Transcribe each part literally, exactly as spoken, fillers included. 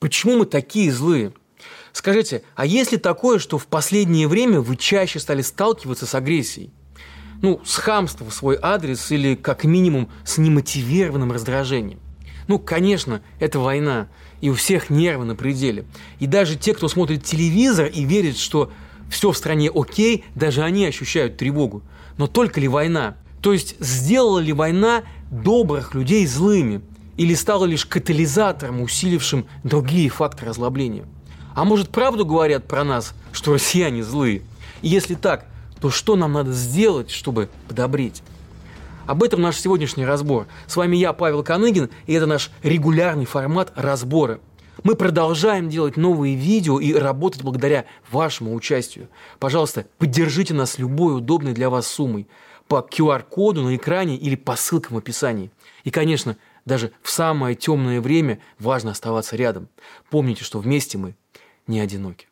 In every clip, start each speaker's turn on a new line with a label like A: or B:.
A: Почему мы такие злые? Скажите, а есть ли такое, что в последнее время вы чаще стали сталкиваться с агрессией? Ну, с хамством в свой адрес или, как минимум, с немотивированным раздражением? Ну, конечно, это война, и у всех нервы на пределе. И даже те, кто смотрит телевизор и верит, что все в стране окей, даже они ощущают тревогу. Но только ли война? То есть сделала ли война добрых людей злыми? Или стала лишь катализатором, усилившим другие факторы озлобления? А может, правду говорят про нас, что россияне злые? И если так, то что нам надо сделать, чтобы подобреть? Об этом наш сегодняшний разбор. С вами я, Павел Коныгин, и это наш регулярный формат разбора. Мы продолжаем делать новые видео и работать благодаря вашему участию. Пожалуйста, поддержите нас любой удобной для вас суммой по ку ар-коду на экране или по ссылкам в описании. И, конечно, даже в самое темное время важно оставаться рядом. Помните, что вместе мы не одиноки.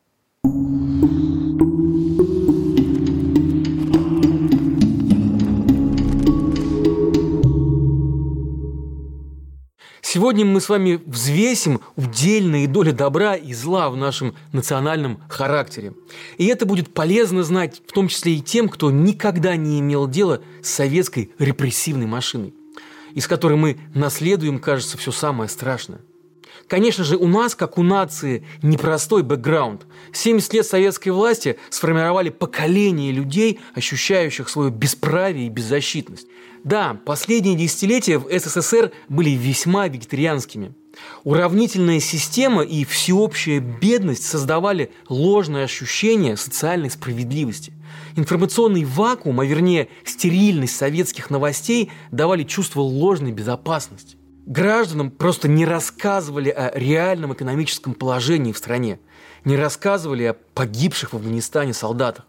A: Сегодня мы с вами взвесим удельные доли добра и зла в нашем национальном характере. И это будет полезно знать, в том числе и тем, кто никогда не имел дела с советской репрессивной машиной, из которой мы наследуем, кажется, все самое страшное. Конечно же, у нас, как у нации, непростой бэкграунд. семьдесят лет советской власти сформировали поколение людей, ощущающих свое бесправие и беззащитность. Да, последние десятилетия в эс эс эс эр были весьма вегетарианскими. Уравнительная система и всеобщая бедность создавали ложное ощущение социальной справедливости. Информационный вакуум, а вернее стерильность советских новостей, давали чувство ложной безопасности. Гражданам просто не рассказывали о реальном экономическом положении в стране, не рассказывали о погибших в Афганистане солдатах,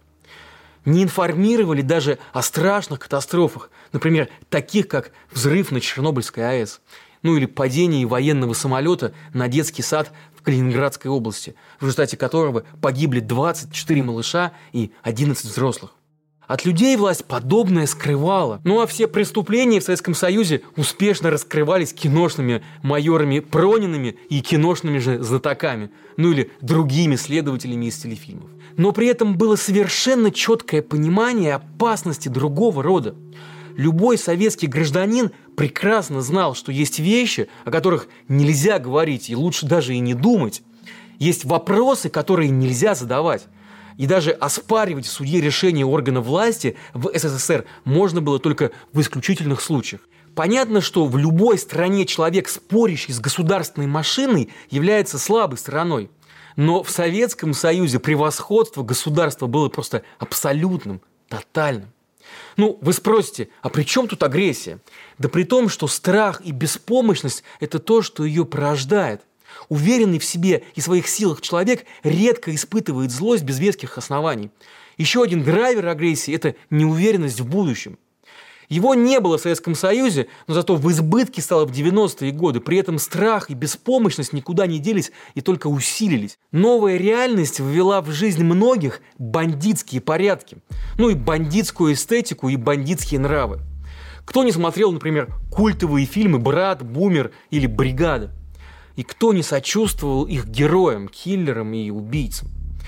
A: не информировали даже о страшных катастрофах, например, таких как взрыв на Чернобыльской а эс, ну или падение военного самолета на детский сад в Калининградской области, в результате которого погибли двадцать четыре малыша и одиннадцать взрослых. От людей власть подобное скрывала. Ну а все преступления в Советском Союзе успешно раскрывались киношными майорами Пронинами и киношными же знатоками, ну или другими следователями из телефильмов. Но при этом было совершенно четкое понимание опасности другого рода. Любой советский гражданин прекрасно знал, что есть вещи, о которых нельзя говорить и лучше даже и не думать. Есть вопросы, которые нельзя задавать. И даже оспаривать в суде решение органа власти в эс эс эс эр можно было только в исключительных случаях. Понятно, что в любой стране человек, спорящий с государственной машиной, является слабой стороной. Но в Советском Союзе превосходство государства было просто абсолютным, тотальным. Ну, вы спросите, а при чем тут агрессия? Да при том, что страх и беспомощность – это то, что ее порождает. Уверенный в себе и своих силах человек редко испытывает злость без веских оснований. Еще один драйвер агрессии – это неуверенность в будущем. Его не было в Советском Союзе, но зато в избытке стало в девяностые годы. При этом страх и беспомощность никуда не делись и только усилились. Новая реальность ввела в жизнь многих бандитские порядки. Ну и бандитскую эстетику, и бандитские нравы. Кто не смотрел, например, культовые фильмы «Брат», «Бумер» или «Бригада»? И кто не сочувствовал их героям, киллерам и убийцам?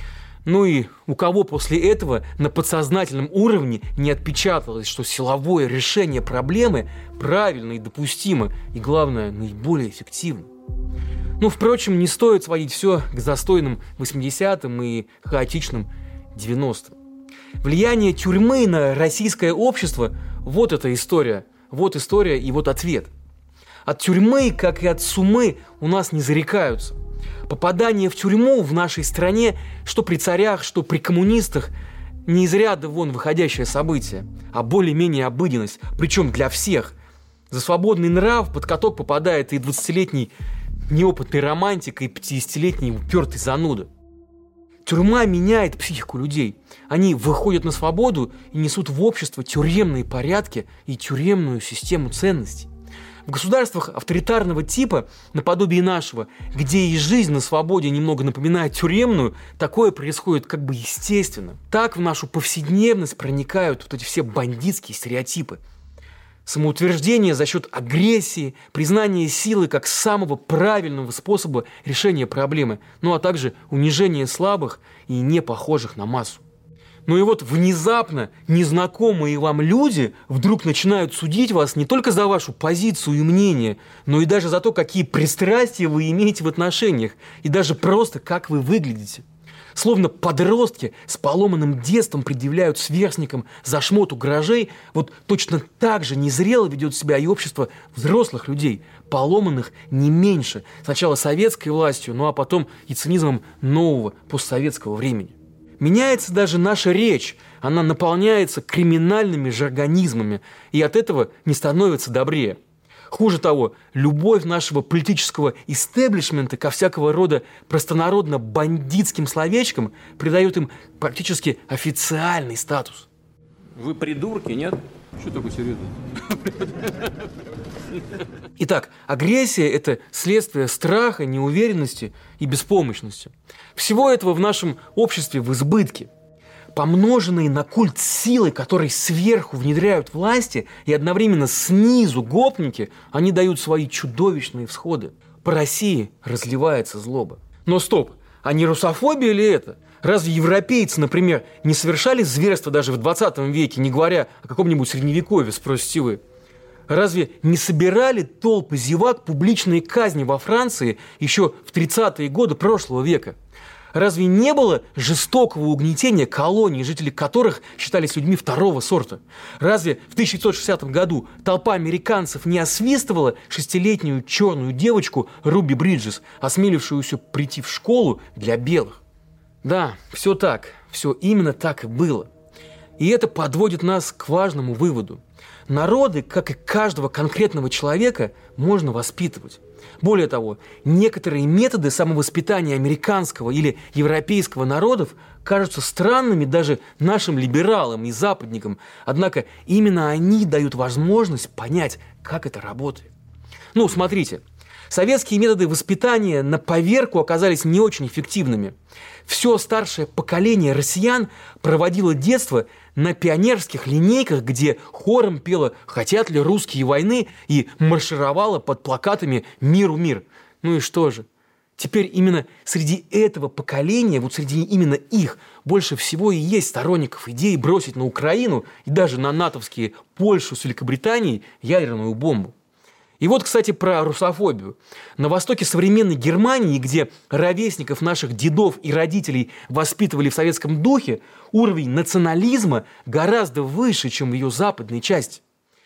A: Ну и у кого после этого на подсознательном уровне не отпечаталось, что силовое решение проблемы правильно и допустимо, и, главное, наиболее эффективно? Ну, впрочем, не стоит сводить все к застойным восьмидесятым и хаотичным девяностым. Влияние тюрьмы на российское общество – вот эта история, вот история и вот ответ. От тюрьмы, как и от сумы, у нас не зарекаются. Попадание в тюрьму в нашей стране, что при царях, что при коммунистах, не из ряда вон выходящее событие, а более-менее обыденность, причем для всех. За свободный нрав под каток попадает и двадцатилетний неопытный романтик, и пятидесятилетний упертый зануда. Тюрьма меняет психику людей. Они выходят на свободу и несут в общество тюремные порядки и тюремную систему ценностей. В государствах авторитарного типа, наподобие нашего, где и жизнь на свободе немного напоминает тюремную, такое происходит как бы естественно. Так в нашу повседневность проникают вот эти все бандитские стереотипы. Самоутверждение за счет агрессии, признание силы как самого правильного способа решения проблемы, ну а также унижение слабых и не похожих на массу. Ну и вот внезапно незнакомые вам люди вдруг начинают судить вас не только за вашу позицию и мнение, но и даже за то, какие пристрастия вы имеете в отношениях, и даже просто как вы выглядите. Словно подростки с поломанным детством предъявляют сверстникам за шмоту гаражей, вот точно так же незрело ведет себя и общество взрослых людей, поломанных не меньше, сначала советской властью, ну а потом и цинизмом нового постсоветского времени. Меняется даже наша речь, она наполняется криминальными жаргонизмами, и от этого не становится добрее. Хуже того, любовь нашего политического истеблишмента ко всякого рода простонародно-бандитским словечкам придает им практически официальный статус.
B: Вы придурки, нет?
C: Что такое серьезно?
A: Итак, агрессия – это следствие страха, неуверенности и беспомощности. Всего этого в нашем обществе в избытке. Помноженные на культ силы, который сверху внедряют власти, и одновременно снизу гопники, они дают свои чудовищные всходы. По России разливается злоба. Но стоп, а не русофобия ли это? Разве европейцы, например, не совершали зверства даже в двадцатом веке, не говоря о каком-нибудь средневековье, спросите вы? Разве не собирали толпы зевак публичные казни во Франции еще в тридцатые годы прошлого века? Разве не было жестокого угнетения колоний, жители которых считались людьми второго сорта? Разве в тысяча девятьсот шестидесятом году толпа американцев не освистывала шестилетнюю черную девочку Руби Бриджес, осмелившуюся прийти в школу для белых? Да, все так, все именно так и было. И это подводит нас к важному выводу. Народы, как и каждого конкретного человека, можно воспитывать. Более того, некоторые методы самовоспитания американского или европейского народов кажутся странными даже нашим либералам и западникам, однако именно они дают возможность понять, как это работает. Ну, смотрите, советские методы воспитания на поверку оказались не очень эффективными. Все старшее поколение россиян проводило детство на пионерских линейках, где хором пело «Хотят ли русские войны» и маршировало под плакатами «Миру мир». Ну и что же? Теперь именно среди этого поколения, вот среди именно их, больше всего и есть сторонников идеи бросить на Украину и даже на натовские Польшу с Великобританией ядерную бомбу. И вот, кстати, про русофобию. На востоке современной Германии, где ровесников наших дедов и родителей воспитывали в советском духе, уровень национализма гораздо выше, чем в ее западной части.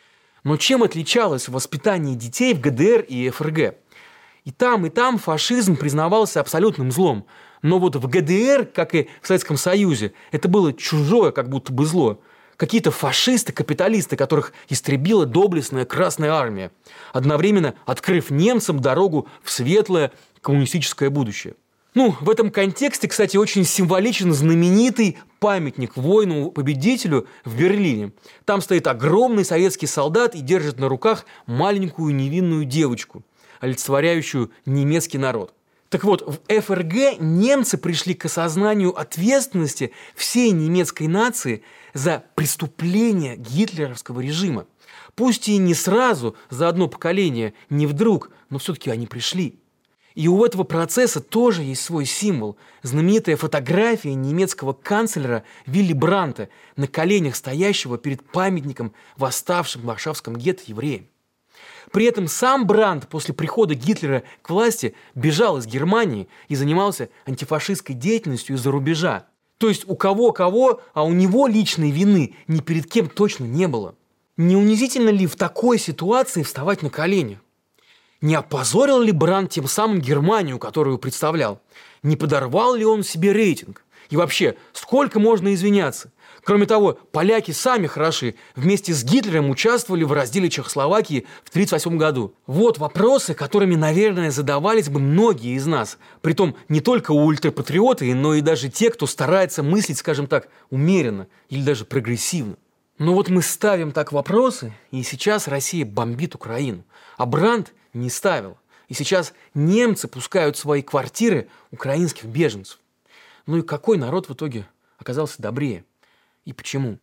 A: Но чем отличалось воспитание детей в ГДР и ФРГ? И там, и там фашизм признавался абсолютным злом. Но вот в ГДР, как и в Советском Союзе, это было чужое как будто бы зло. Какие-то фашисты-капиталисты, которых истребила доблестная Красная Армия, одновременно открыв немцам дорогу в светлое коммунистическое будущее. Ну, в этом контексте, кстати, очень символичен знаменитый памятник воину-победителю в Берлине. Там стоит огромный советский солдат и держит на руках маленькую невинную девочку, олицетворяющую немецкий народ. Так вот, в ФРГ немцы пришли к осознанию ответственности всей немецкой нации за преступления гитлеровского режима. Пусть и не сразу, за одно поколение, не вдруг, но все-таки они пришли. И у этого процесса тоже есть свой символ. Знаменитая фотография немецкого канцлера Вилли Брандта на коленях стоящего перед памятником восставшим в Варшавском гетто евреям. При этом сам Брандт после прихода Гитлера к власти бежал из Германии и занимался антифашистской деятельностью из-за рубежа. То есть у кого-кого, а у него личной вины ни перед кем точно не было. Не унизительно ли в такой ситуации вставать на колени? Не опозорил ли Брандт тем самым Германию, которую представлял? Не подорвал ли он себе рейтинг? И вообще, сколько можно извиняться? Кроме того, поляки сами хороши, вместе с Гитлером участвовали в разделе Чехословакии в тысяча девятьсот тридцать восьмом году. Вот вопросы, которыми, наверное, задавались бы многие из нас. Притом не только ультрапатриоты, но и даже те, кто старается мыслить, скажем так, умеренно или даже прогрессивно. Но вот мы ставим так вопросы, и сейчас Россия бомбит Украину. А Брандт не ставил. И сейчас немцы пускают в свои квартиры украинских беженцев. Ну и какой народ в итоге оказался добрее? И почему?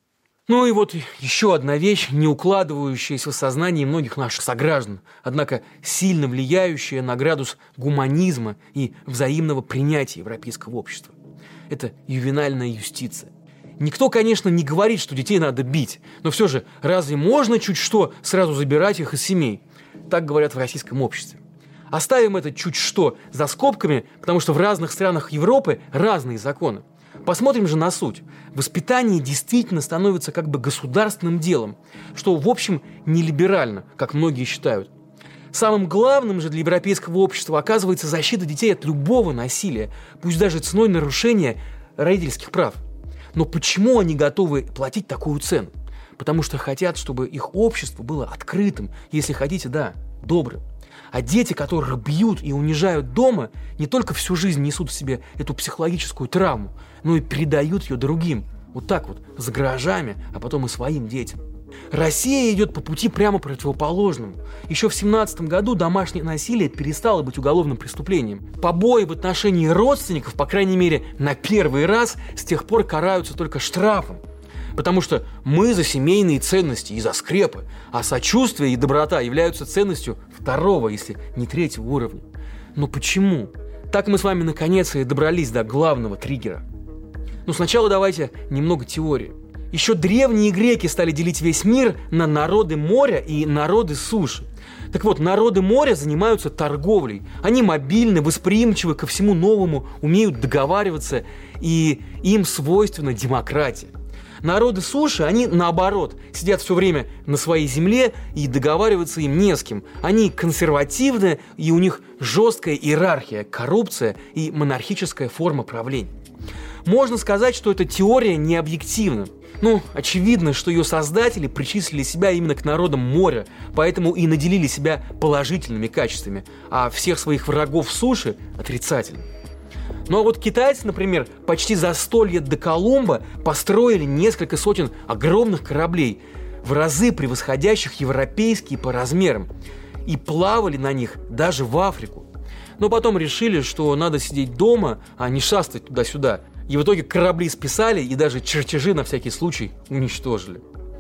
A: Ну и вот еще одна вещь, не укладывающаяся в сознание многих наших сограждан, однако сильно влияющая на градус гуманизма и взаимного принятия европейского общества. Это ювенальная юстиция. Никто, конечно, не говорит, что детей надо бить, но все же разве можно чуть что сразу забирать их из семей? Так говорят в российском обществе. Оставим это чуть что за скобками, потому что в разных странах Европы разные законы. Посмотрим же на суть. Воспитание действительно становится как бы государственным делом, что, в общем, не либерально, как многие считают. Самым главным же для европейского общества оказывается защита детей от любого насилия, пусть даже ценой нарушения родительских прав. Но почему они готовы платить такую цену? Потому что хотят, чтобы их общество было открытым, если хотите, да, добрым. А дети, которых бьют и унижают дома, не только всю жизнь несут в себе эту психологическую травму, но и передают ее другим. Вот так вот, за гаражами, а потом и своим детям. Россия идет по пути прямо противоположному. Еще в семнадцатом году домашнее насилие перестало быть уголовным преступлением. Побои в отношении родственников, по крайней мере, на первый раз, с тех пор караются только штрафом. Потому что мы за семейные ценности и за скрепы, а сочувствие и доброта являются ценностью второго, если не третьего уровня. Но почему? Так мы с вами наконец и добрались до главного триггера. Но сначала давайте немного теории. Еще древние греки стали делить весь мир на народы моря и народы суши. Так вот, народы моря занимаются торговлей. Они мобильны, восприимчивы ко всему новому, умеют договариваться, и им свойственна демократия. Народы суши, они наоборот, сидят все время на своей земле и договариваться им не с кем. Они консервативны, и у них жесткая иерархия, коррупция и монархическая форма правления. Можно сказать, что эта теория не объективна. Ну, очевидно, что ее создатели причислили себя именно к народам моря, поэтому и наделили себя положительными качествами, а всех своих врагов суши – отрицательными. Ну а вот китайцы, например, почти за сто лет до Колумба построили несколько сотен огромных кораблей, в разы превосходящих европейские по размерам, и плавали на них даже в Африку. Но потом решили, что надо сидеть дома, а не шастать туда-сюда. И в итоге корабли списали и даже чертежи на всякий случай уничтожили.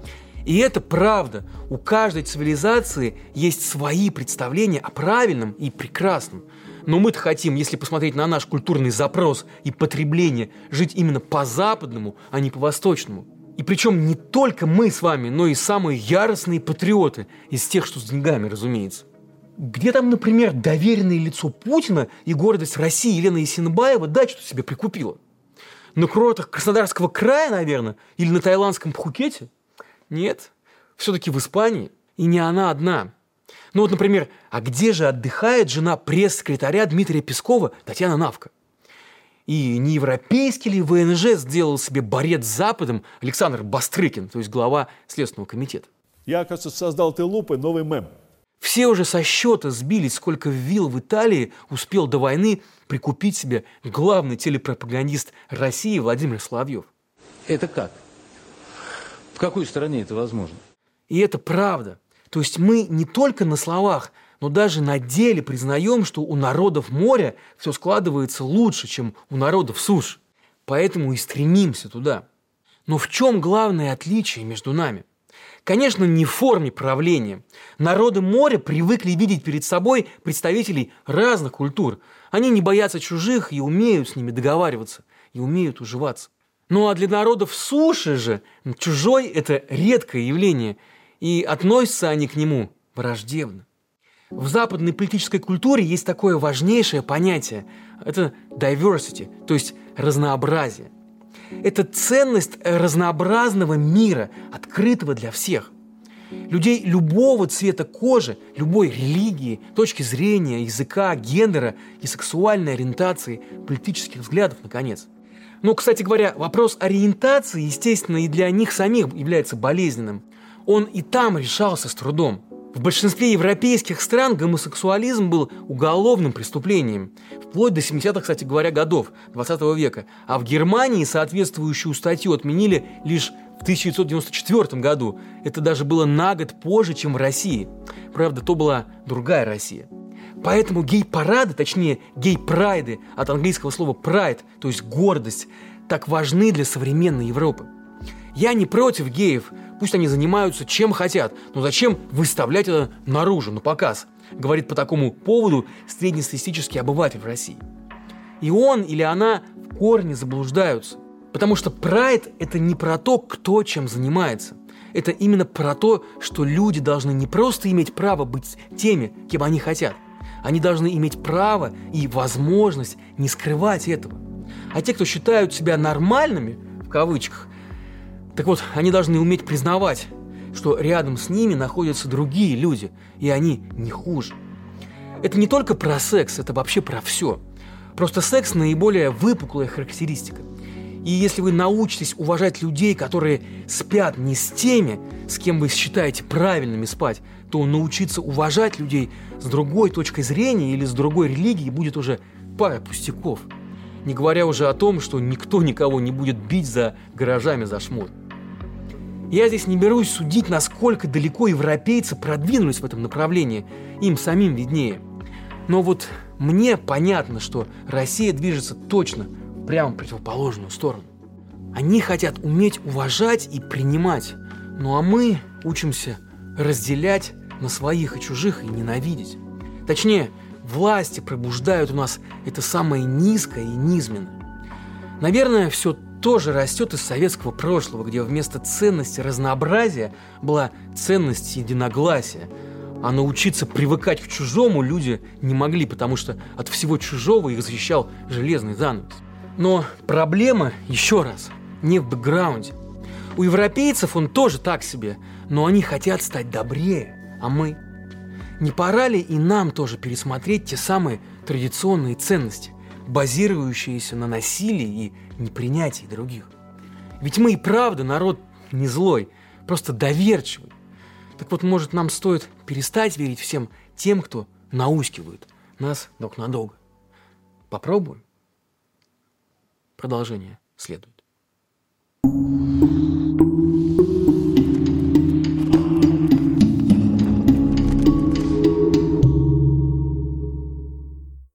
A: И это правда. У каждой цивилизации есть свои представления о правильном и прекрасном. Но мы-то хотим, если посмотреть на наш культурный запрос и потребление, жить именно по-западному, а не по-восточному. И причем не только мы с вами, но и самые яростные патриоты, из тех, что с деньгами, разумеется. Где там, например, доверенное лицо Путина и гордость России Елена Есенбаева дачу себе прикупила? На курортах Краснодарского края, наверное, или на таиландском Пхукете? Нет, все-таки в Испании. И не она одна. Ну вот, например, а где же отдыхает жена пресс-секретаря Дмитрия Пескова Татьяна Навка? И не европейский ли вэ эн жэ сделал себе борец с Западом Александр Бастрыкин, то есть глава Следственного комитета?
C: Я, кажется, создал ты лупы новый мем.
A: Все уже со счета сбились, сколько вилл в Италии успел до войны прикупить себе главный телепропагандист России Владимир Соловьев.
B: Это как? В какой стране это возможно?
A: И это правда. То есть мы не только на словах, но даже на деле признаем, что у народов моря все складывается лучше, чем у народов суши. Поэтому и стремимся туда. Но в чем главное отличие между нами? Конечно, не в форме правления. Народы моря привыкли видеть перед собой представителей разных культур. Они не боятся чужих и умеют с ними договариваться, и умеют уживаться. Ну а для народов суши же чужой – это редкое явление, и относятся они к нему враждебно. В западной политической культуре есть такое важнейшее понятие – это diversity, то есть разнообразие. Это ценность разнообразного мира, открытого для всех. Людей любого цвета кожи, любой религии, точки зрения, языка, гендера и сексуальной ориентации, политических взглядов, наконец. Но, кстати говоря, вопрос ориентации, естественно, и для них самих является болезненным. Он и там решался с трудом. В большинстве европейских стран гомосексуализм был уголовным преступлением, вплоть до семидесятых, кстати говоря, годов двадцатого века. А в Германии соответствующую статью отменили лишь в тысяча девятьсот девяносто четвёртом году. Это даже было на год позже, чем в России. Правда, то была другая Россия. Поэтому гей-парады, точнее гей-прайды, от английского слова pride, то есть гордость, так важны для современной Европы. Я не против геев, пусть они занимаются чем хотят, но зачем выставлять это наружу, на показ, говорит по такому поводу среднестатистический обыватель в России. И он или она в корне заблуждаются, потому что прайд – это не про то, кто чем занимается. Это именно про то, что люди должны не просто иметь право быть теми, кем они хотят, они должны иметь право и возможность не скрывать этого. А те, кто считают себя нормальными, в кавычках, так вот, они должны уметь признавать, что рядом с ними находятся другие люди, и они не хуже. Это не только про секс, это вообще про все. Просто секс – наиболее выпуклая характеристика. И если вы научитесь уважать людей, которые спят не с теми, с кем вы считаете правильными спать, то научиться уважать людей с другой точкой зрения или с другой религией будет уже пара пустяков. Не говоря уже о том, что никто никого не будет бить за гаражами за шмот. Я здесь не берусь судить, насколько далеко европейцы продвинулись в этом направлении, им самим виднее. Но вот мне понятно, что Россия движется точно прямо в противоположную сторону. Они хотят уметь уважать и принимать, ну а мы учимся разделять на своих и чужих и ненавидеть. Точнее, власти пробуждают у нас это самое низкое и низменное. Наверное, все тоже растет из советского прошлого, где вместо ценности разнообразия была ценность единогласия. А научиться привыкать к чужому люди не могли, потому что от всего чужого их защищал железный занавес. Но проблема, еще раз, не в бэкграунде. У европейцев он тоже так себе, но они хотят стать добрее, а мы? Не пора ли и нам тоже пересмотреть те самые традиционные ценности, базирующиеся на насилии и непринятии других? Ведь мы и правда народ не злой, просто доверчивый. Так вот, может, нам стоит перестать верить всем тем, кто наускивает нас друг на друга? Попробуем? Продолжение следует.